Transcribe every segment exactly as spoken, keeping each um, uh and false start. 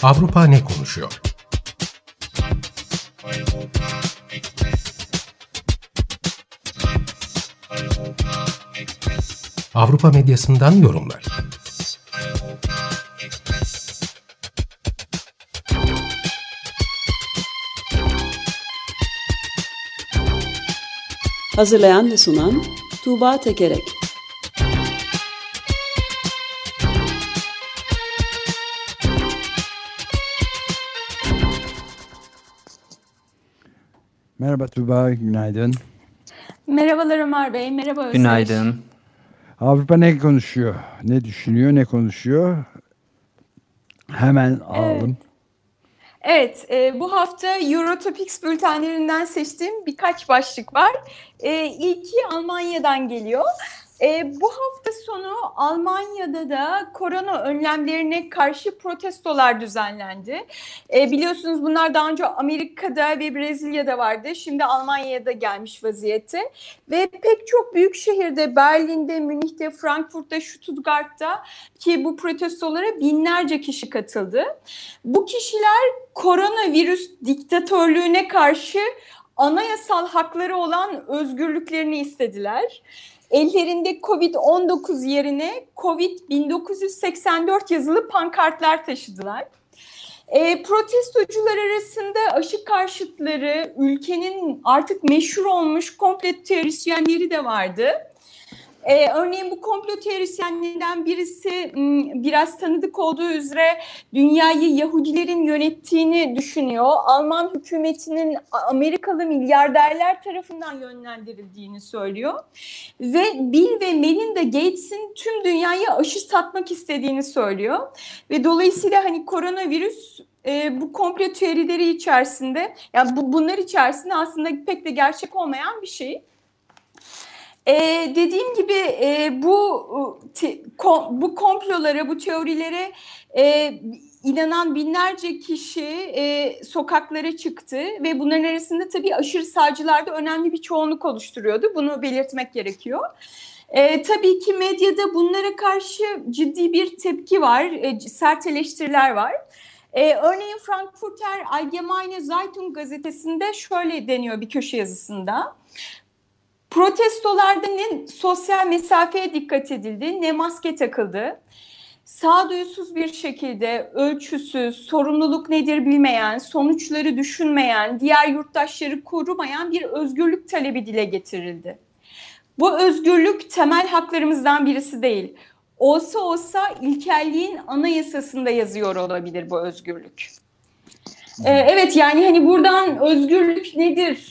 Avrupa ne konuşuyor? Avrupa medyasından yorumlar. Hazırlayan ve sunan Tuğba Tekerek. Merhaba Tuğba, günaydın. Merhabalar Ömer Bey, merhaba Özdeş. Günaydın. Avrupa ne konuşuyor, ne düşünüyor, ne konuşuyor? Hemen alalım. Evet, evet e, bu hafta Eurotopics bültenlerinden seçtiğim birkaç başlık var. E, ilki Almanya'dan geliyor. E, bu hafta sonu Almanya'da da korona önlemlerine karşı protestolar düzenlendi. E, biliyorsunuz bunlar daha önce Amerika'da ve Brezilya'da vardı. Şimdi Almanya'ya da gelmiş vaziyette. Ve pek çok büyük şehirde, Berlin'de, Münih'te, Frankfurt'ta, Stuttgart'ta ki bu protestolara binlerce kişi katıldı. Bu kişiler koronavirüs diktatörlüğüne karşı anayasal hakları olan özgürlüklerini istediler. Ellerinde kovid on dokuz yerine kovid bin dokuz yüz seksen dört yazılı pankartlar taşıdılar. E, protestocular arasında aşı karşıtları, ülkenin artık meşhur olmuş komplo teorisyenleri de vardı. Ee, örneğin bu komplo teorisyenlerinden birisi biraz tanıdık olduğu üzere dünyayı Yahudilerin yönettiğini düşünüyor. Alman hükümetinin Amerikalı milyarderler tarafından yönlendirildiğini söylüyor. Ve Bill ve Melinda Gates'in tüm dünyaya aşı satmak istediğini söylüyor. Ve dolayısıyla hani koronavirüs e, bu komplo teorileri içerisinde, yani bu, bunlar içerisinde aslında pek de gerçek olmayan bir şey. Ee, dediğim gibi e, bu te, kom, bu komplolara, bu teorilere e, inanan binlerce kişi e, sokaklara çıktı ve bunların arasında tabii aşırı sağcılar da önemli bir çoğunluk oluşturuyordu. Bunu belirtmek gerekiyor. E, tabii ki medyada bunlara karşı ciddi bir tepki var, e, sert eleştiriler var. Ee, örneğin Frankfurter Allgemeine Zeitung gazetesinde şöyle deniyor bir köşe yazısında. Protestolarda ne sosyal mesafeye dikkat edildi, ne maske takıldı. Sağduyusuz bir şekilde ölçüsüz, sorumluluk nedir bilmeyen, sonuçları düşünmeyen, diğer yurttaşları korumayan bir özgürlük talebi dile getirildi. Bu özgürlük temel haklarımızdan birisi değil. Olsa olsa ilkelliğin anayasasında yazıyor olabilir bu özgürlük. Ee, evet yani hani buradan özgürlük nedir?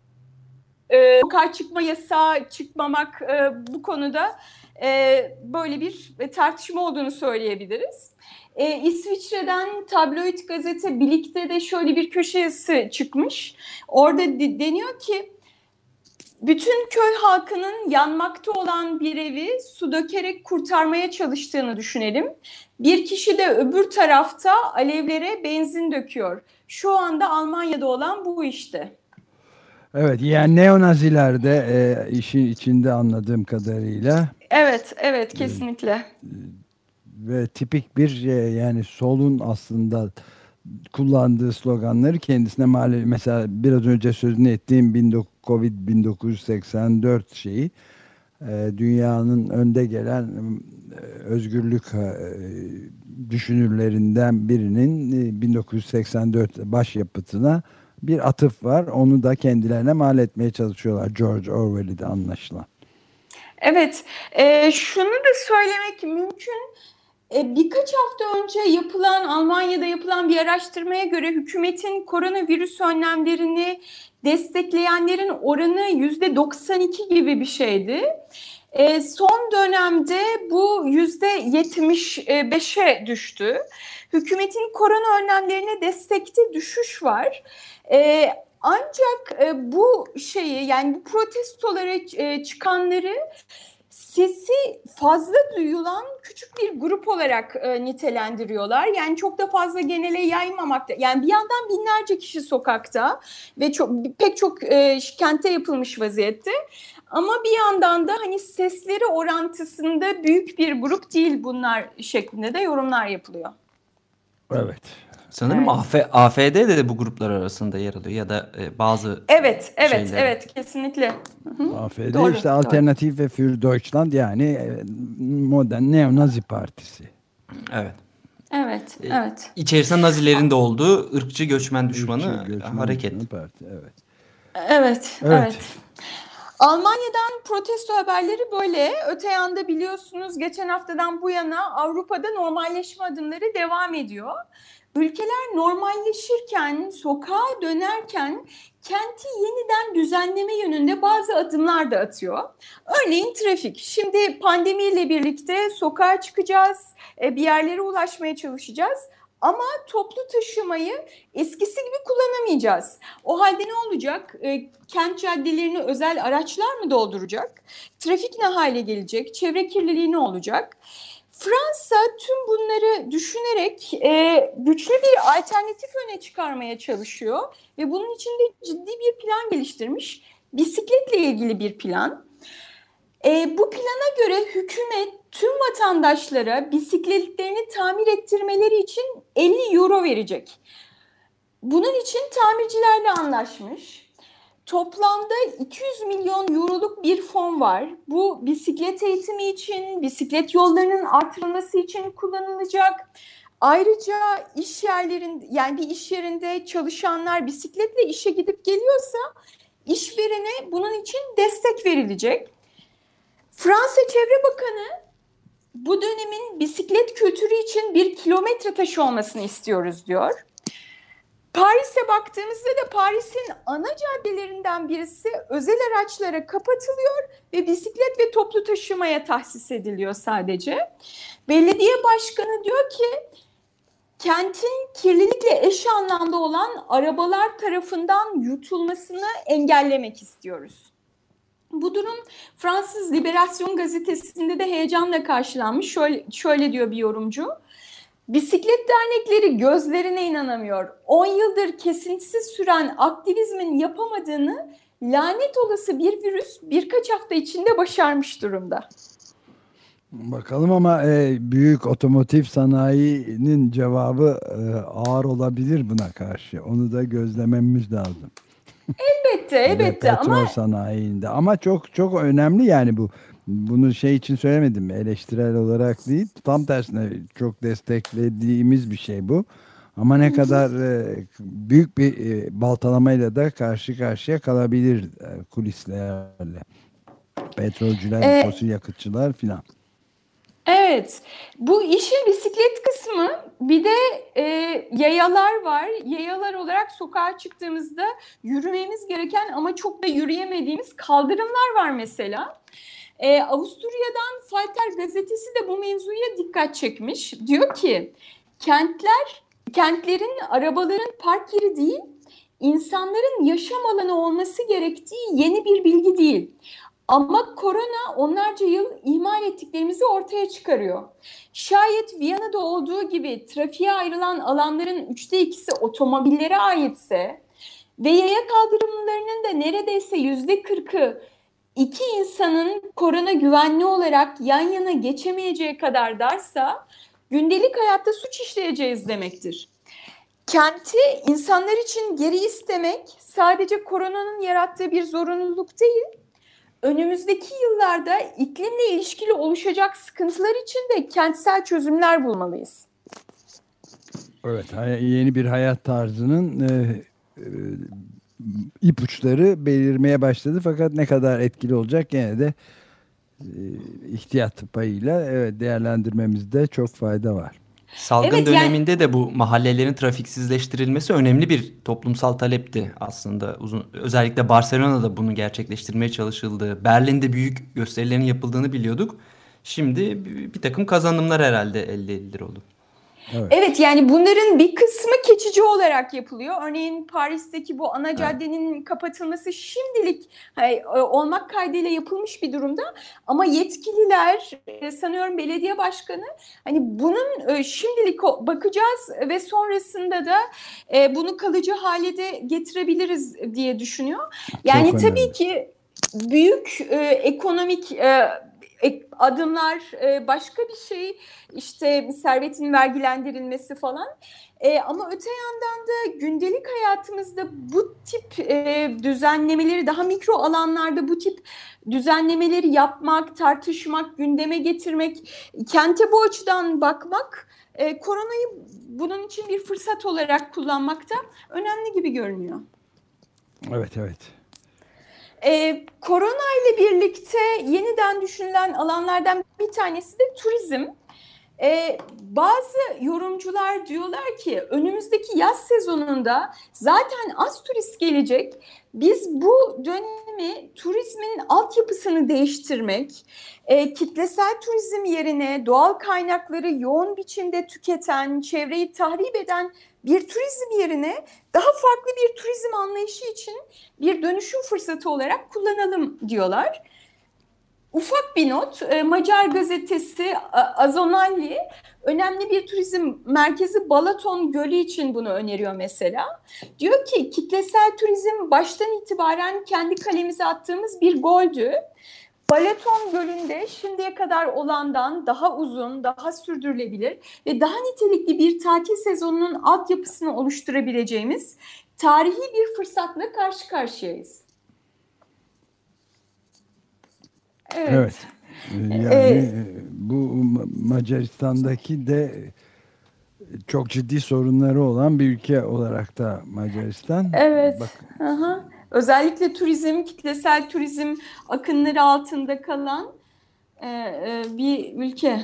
Sokağa çıkma yasağı çıkmamak e, bu konuda e, böyle bir tartışma olduğunu söyleyebiliriz. E, İsviçre'den tabloid gazete Bilik'te de şöyle bir köşe yazısı çıkmış. Orada de, deniyor ki bütün köy halkının yanmakta olan bir evi su dökerek kurtarmaya çalıştığını düşünelim. Bir kişi de öbür tarafta alevlere benzin döküyor. Şu anda Almanya'da olan bu işte. Evet, yani neonaziler de e, işin içinde anladığım kadarıyla. Evet, evet kesinlikle. E, ve tipik bir e, yani solun aslında kullandığı sloganları kendisine mal, mesela biraz önce sözünü ettiğim kovid bin dokuz yüz seksen dört şeyi e, dünyanın önde gelen e, özgürlük e, düşünürlerinden birinin e, bin dokuz yüz seksen dört başyapıtına bir atıf var. Onu da kendilerine mal etmeye çalışıyorlar. George Orwell'i de anlaşılan. Evet. E, şunu da söylemek mümkün. E, birkaç hafta önce yapılan, Almanya'da yapılan bir araştırmaya göre hükümetin koronavirüs önlemlerini destekleyenlerin oranı yüzde doksan iki gibi bir şeydi. E, son dönemde bu yüzde yetmiş beşe düştü. Hükümetin korona önlemlerine destekte düşüş var. E, ancak e, bu şeyi yani bu protestolara e, çıkanları sesi fazla duyulan küçük bir grup olarak e, nitelendiriyorlar. Yani çok da fazla genele yaymamakta. Yani bir yandan binlerce kişi sokakta ve çok pek çok e, kentte yapılmış vaziyette. Ama bir yandan da hani sesleri orantısında büyük bir grup değil bunlar şeklinde de yorumlar yapılıyor. Evet. Sanırım Evet. A F D'de de bu gruplar arasında yer alıyor ya da e, bazı Evet, evet, şeyleri. evet, kesinlikle. Hı hı. A F D Doğru, işte doğru. Alternative für Deutschland, yani e, modern neo-Nazi partisi. Evet. Evet, E, evet. içerisinde Nazilerin de olduğu ırkçı göçmen düşmanı Irkçı göçmen hareket. düşmanı parti, evet. Evet, Evet. evet. Almanya'dan protesto haberleri böyle. Öte yanda biliyorsunuz geçen haftadan bu yana Avrupa'da normalleşme adımları devam ediyor. Ülkeler normalleşirken, sokağa dönerken kenti yeniden düzenleme yönünde bazı adımlar da atıyor. Örneğin trafik. Şimdi pandemiyle birlikte sokağa çıkacağız, bir yerlere ulaşmaya çalışacağız. Ama toplu taşımayı eskisi gibi kullanamayacağız. O halde ne olacak? E, kent caddelerini özel araçlar mı dolduracak? Trafik ne hale gelecek? Çevre kirliliği ne olacak? Fransa tüm bunları düşünerek e, güçlü bir alternatif öne çıkarmaya çalışıyor. Ve bunun için de ciddi bir plan geliştirmiş. Bisikletle ilgili bir plan. E, bu plana göre hükümet tüm vatandaşlara bisikletlerini tamir ettirmeleri için elli euro verecek. Bunun için tamircilerle anlaşmış. Toplamda iki yüz milyon euroluk bir fon var. Bu bisiklet eğitimi için, bisiklet yollarının artırılması için kullanılacak. Ayrıca iş yerlerinde, yani bir iş yerinde çalışanlar bisikletle işe gidip geliyorsa işverene bunun için destek verilecek. Fransa Çevre Bakanı bu dönemin bisiklet kültürü için bir kilometre taşı olmasını istiyoruz diyor. Paris'e baktığımızda da Paris'in ana caddelerinden birisi özel araçlara kapatılıyor ve bisiklet ve toplu taşımaya tahsis ediliyor sadece. Belediye başkanı diyor ki kentin kirlilikle eş anlamda olan arabalar tarafından yutulmasını engellemek istiyoruz. Bu durum Fransız Liberasyon gazetesinde de heyecanla karşılanmış. Şöyle, şöyle diyor bir yorumcu. Bisiklet dernekleri gözlerine inanamıyor. on yıldır kesintisiz süren aktivizmin yapamadığını lanet olası bir virüs birkaç hafta içinde başarmış durumda. Bakalım ama e, büyük otomotiv sanayinin cevabı e, ağır olabilir buna karşı. Onu da gözlememiz lazım. Elbette, elbette Ve petrol ama sanayinde. Ama çok çok önemli yani bu. Bunu şey için söylemedim, eleştirel olarak değil. Tam tersine çok desteklediğimiz bir şey bu. Ama ne kadar e, büyük bir e, baltalamayla da karşı karşıya kalabilir e, kulislerle. Petrolcüler, Ee, fosil yakıtçılar filan. evet, bu işin bisiklet kısmı, bir de e, yayalar var. Yayalar olarak sokağa çıktığımızda yürümemiz gereken ama çok da yürüyemediğimiz kaldırımlar var mesela. Ee, Avusturya'dan Falter gazetesi de bu mevzuya dikkat çekmiş. Diyor ki kentler, kentlerin arabaların park yeri değil, insanların yaşam alanı olması gerektiği yeni bir bilgi değil. Ama korona onlarca yıl ihmal ettiklerimizi ortaya çıkarıyor. Şayet Viyana'da olduğu gibi trafiğe ayrılan alanların üçte ikisi otomobillere aitse ve yaya kaldırımlarının da neredeyse yüzde kırkı İki insanın korona güvenli olarak yan yana geçemeyeceği kadar darsa gündelik hayatta suç işleyeceğiz demektir. Kenti insanlar için geri istemek sadece koronanın yarattığı bir zorunluluk değil, önümüzdeki yıllarda iklimle ilişkili oluşacak sıkıntılar için de kentsel çözümler bulmalıyız. Evet, yeni bir hayat tarzının e, e, ipuçları belirmeye başladı, fakat ne kadar etkili olacak gene de e, ihtiyat payıyla evet değerlendirmemizde çok fayda var. Salgın Evet, döneminde yani, de bu mahallelerin trafiksizleştirilmesi önemli bir toplumsal talepti aslında. Uzun, özellikle Barcelona'da bunu gerçekleştirmeye çalışıldığı, Berlin'de büyük gösterilerin yapıldığını biliyorduk. Şimdi bir, bir takım kazanımlar herhalde elde edilir oldu. Evet. Evet, yani bunların bir kısmı geçici olarak yapılıyor. Örneğin Paris'teki bu ana caddenin evet. kapatılması şimdilik hani, olmak kaydıyla yapılmış bir durumda. Ama yetkililer, sanıyorum belediye başkanı, hani bunun şimdilik bakacağız ve sonrasında da bunu kalıcı hale de getirebiliriz diye düşünüyor. Yani tabii ki büyük ekonomik adımlar başka bir şey, işte servetin vergilendirilmesi falan. E, ama öte yandan da gündelik hayatımızda bu tip e, düzenlemeleri, daha mikro alanlarda bu tip düzenlemeleri yapmak, tartışmak, gündeme getirmek, kente bu açıdan bakmak, e, koronayı bunun için bir fırsat olarak kullanmak da önemli gibi görünüyor. Evet, evet. Ee, korona ile birlikte yeniden düşünülen alanlardan bir tanesi de turizm. Ee, bazı yorumcular diyorlar ki önümüzdeki yaz sezonunda zaten az turist gelecek. Biz bu dönemi turizmin altyapısını değiştirmek, e, kitlesel turizm yerine doğal kaynakları yoğun biçimde tüketen, çevreyi tahrip eden bir turizm yerine daha farklı bir turizm anlayışı için bir dönüşüm fırsatı olarak kullanalım diyorlar. Ufak bir not, Macar gazetesi Azonalli önemli bir turizm merkezi Balaton Gölü için bunu öneriyor mesela. Diyor ki kitlesel turizm baştan itibaren kendi kalemize attığımız bir goldü. Balaton Gölü'nde şimdiye kadar olandan daha uzun, daha sürdürülebilir ve daha nitelikli bir tatil sezonunun altyapısını oluşturabileceğimiz tarihi bir fırsatla karşı karşıyayız. Evet. evet. Yani ee, bu Macaristan'daki de çok ciddi sorunları olan bir ülke olarak da Macaristan. Evet. Aha. Özellikle turizm, kitlesel turizm akınları altında kalan e, e, bir ülke.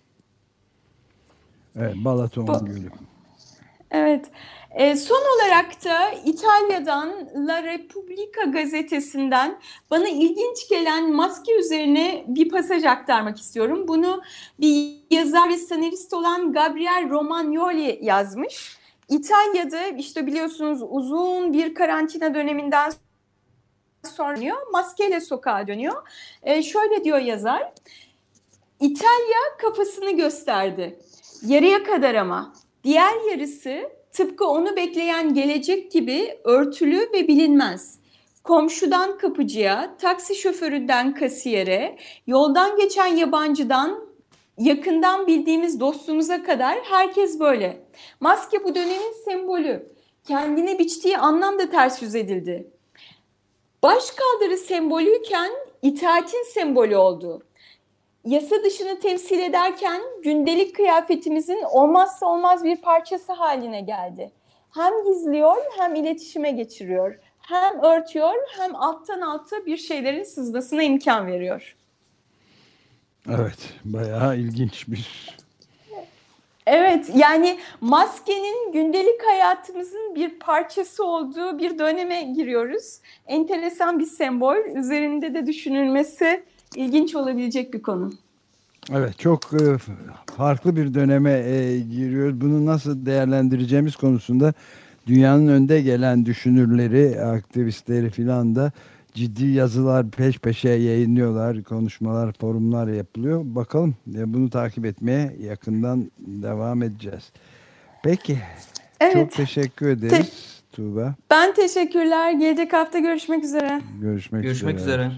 Evet, Balaton bu, Gölü. Evet. E, son olarak da İtalya'dan La Repubblica gazetesinden bana ilginç gelen maske üzerine bir pasaj aktarmak istiyorum. Bunu bir yazar ve senarist olan Gabriele Romagnoli yazmış. İtalya'da işte biliyorsunuz uzun bir karantina döneminden sonra maskeyle sokağa dönüyor. E, şöyle diyor yazar. İtalya kafasını gösterdi. Yarıya kadar ama. Diğer yarısı tıpkı onu bekleyen gelecek gibi örtülü ve bilinmez. Komşudan kapıcıya, taksi şoföründen kasiyere, yoldan geçen yabancıdan yakından bildiğimiz dostumuza kadar herkes böyle. Maske bu dönemin sembolü. Kendine biçtiği anlam da ters yüz edildi. Başkaldırı sembolüyken itaatin sembolü oldu. Yasa dışını temsil ederken gündelik kıyafetimizin olmazsa olmaz bir parçası haline geldi. Hem gizliyor hem iletişime geçiriyor. Hem örtüyor hem alttan alta bir şeylerin sızmasına imkan veriyor. Evet, bayağı ilginç bir... Evet, yani maskenin gündelik hayatımızın bir parçası olduğu bir döneme giriyoruz. Enteresan bir sembol, üzerinde de düşünülmesi ilginç olabilecek bir konu. Evet, çok farklı bir döneme giriyoruz. Bunu nasıl değerlendireceğimiz konusunda dünyanın önde gelen düşünürleri, aktivistleri filan da ciddi yazılar peş peşe yayınlıyorlar, konuşmalar, forumlar yapılıyor. Bakalım, bunu takip etmeye yakından devam edeceğiz. Peki, evet. Çok teşekkür ederiz Te- Tuğba. Ben teşekkürler. Gelecek hafta görüşmek üzere. Görüşmek, görüşmek üzere. üzere.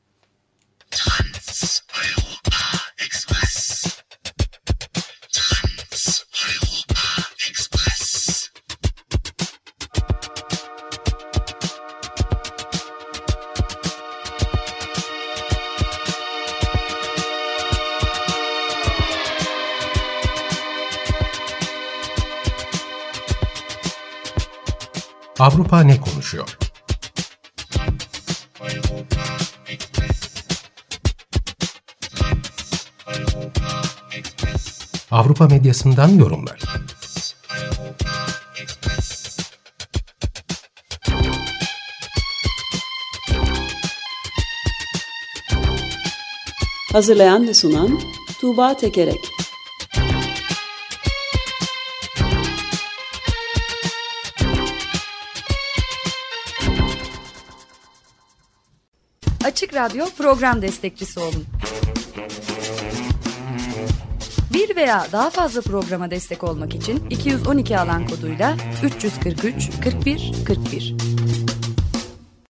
Avrupa ne konuşuyor? Avrupa medyasından yorumlar. Hazırlayan ve sunan Tuğba Tekerek. Açık Radyo program destekçisi olun. Bir veya daha fazla programa destek olmak için iki yüz on iki alan koduyla üç yüz kırk üç kırk bir kırk bir